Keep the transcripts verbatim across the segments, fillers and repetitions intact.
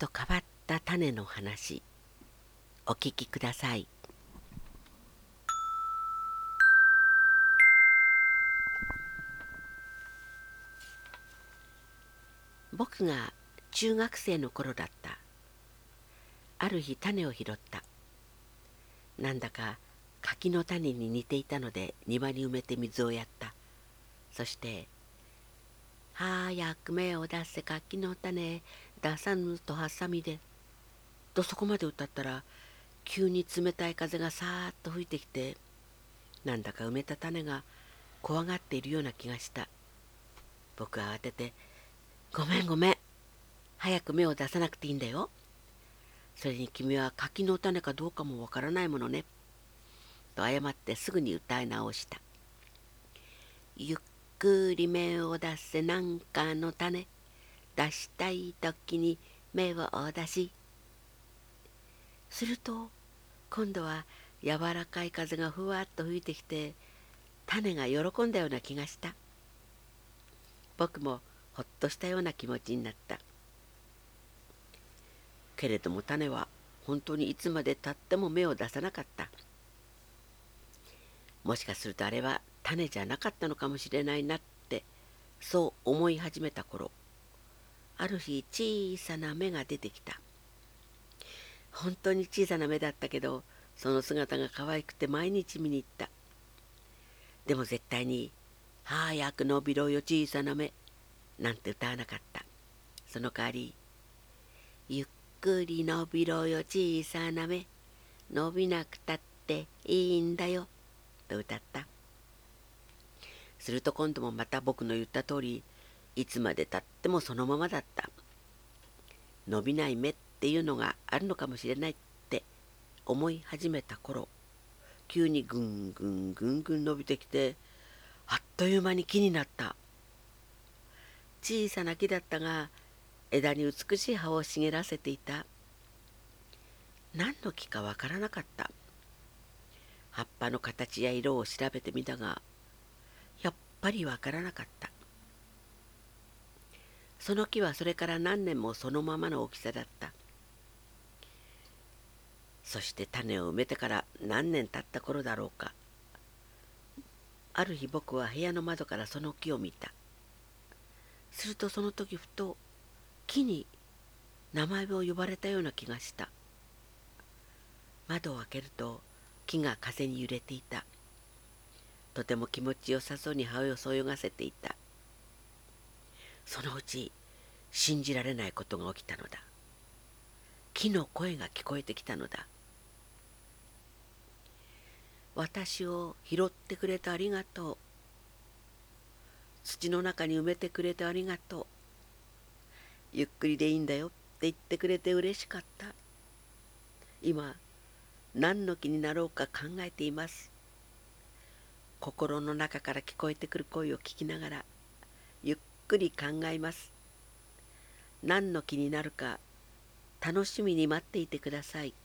と変わった種の話、お聞きください。僕が中学生の頃だった。ある日種を拾った。なんだか柿の種に似ていたので庭に埋めて水をやった。そして「早く芽を出せ柿の種、出さぬとハサミで」とそこまで歌ったら、急に冷たい風がさーっと吹いてきて、なんだか埋めた種が怖がっているような気がした。僕は慌てて「ごめんごめん、早く芽を出さなくていいんだよ。それに君は柿の種かどうかもわからないものね」と謝ってすぐに歌い直した。ゆっくり芽を出せなんかの種、出したい時に芽を出し。すると今度は柔らかい風がふわっと吹いてきて、種が喜んだような気がした。僕もほっとしたような気持ちになった。けれども種は本当にいつまでたっても芽を出さなかった。もしかするとあれは種じゃなかったのかもしれないなって、そう思い始めた頃、ある日小さな芽が出てきた。本当に小さな芽だったけど、その姿が可愛くて毎日見に行った。でも絶対に「早く伸びろよ小さな芽」なんて歌わなかった。その代わり「ゆっくり伸びろよ小さな芽、伸びなくたっていいんだよ」と歌った。すると今度もまた僕の言った通り、いつまでたってもそのままだった。伸びない芽っていうのがあるのかもしれないって思い始めた頃、急にぐんぐんぐんぐん伸びてきて、あっという間に木になった。小さな木だったが、枝に美しい葉を茂らせていた。何の木かわからなかった。葉っぱの形や色を調べてみたが、やっぱりわからなかった。その木はそれから何年もそのままの大きさだった。そして種を埋めてから何年経った頃だろうか。ある日僕は部屋の窓からその木を見た。するとその時ふと木に名前を呼ばれたような気がした。窓を開けると木が風に揺れていた。とても気持ちよさそうに葉をそよがせていた。そのうち信じられないことが起きたのだ。木の声が聞こえてきたのだ。私を拾ってくれてありがとう。土の中に埋めてくれてありがとう。ゆっくりでいいんだよって言ってくれて嬉しかった。今、何の木になろうか考えています。心の中から聞こえてくる声を聞きながら、ゆっくり考えます。何の木になるか楽しみに待っていてください。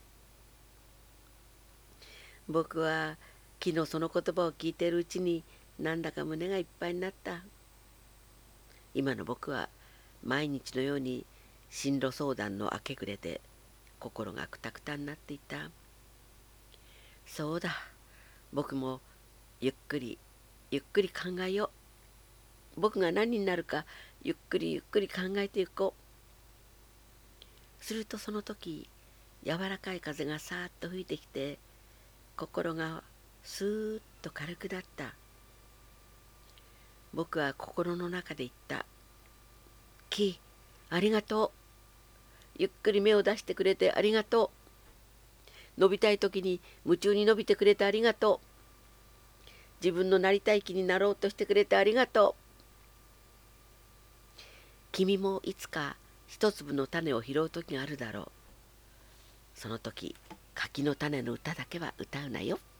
僕は木のその言葉を聞いているうちに、なんだか胸がいっぱいになった。今の僕は毎日のように進路相談の明け暮れで心がくたくたになっていた。そうだ、僕もゆっくりゆっくり考えよう。僕が何になるかゆっくりゆっくり考えていこう。するとその時、柔らかい風がさーっと吹いてきて、心がスーッと軽くなった。僕は心の中で言った。木、ありがとう。ゆっくり芽を出してくれてありがとう。伸びたい時に夢中に伸びてくれてありがとう。自分のなりたい木になろうとしてくれてありがとう。君もいつか一粒の種を拾う時があるだろう。その時、柿の種の歌だけは歌うなよ。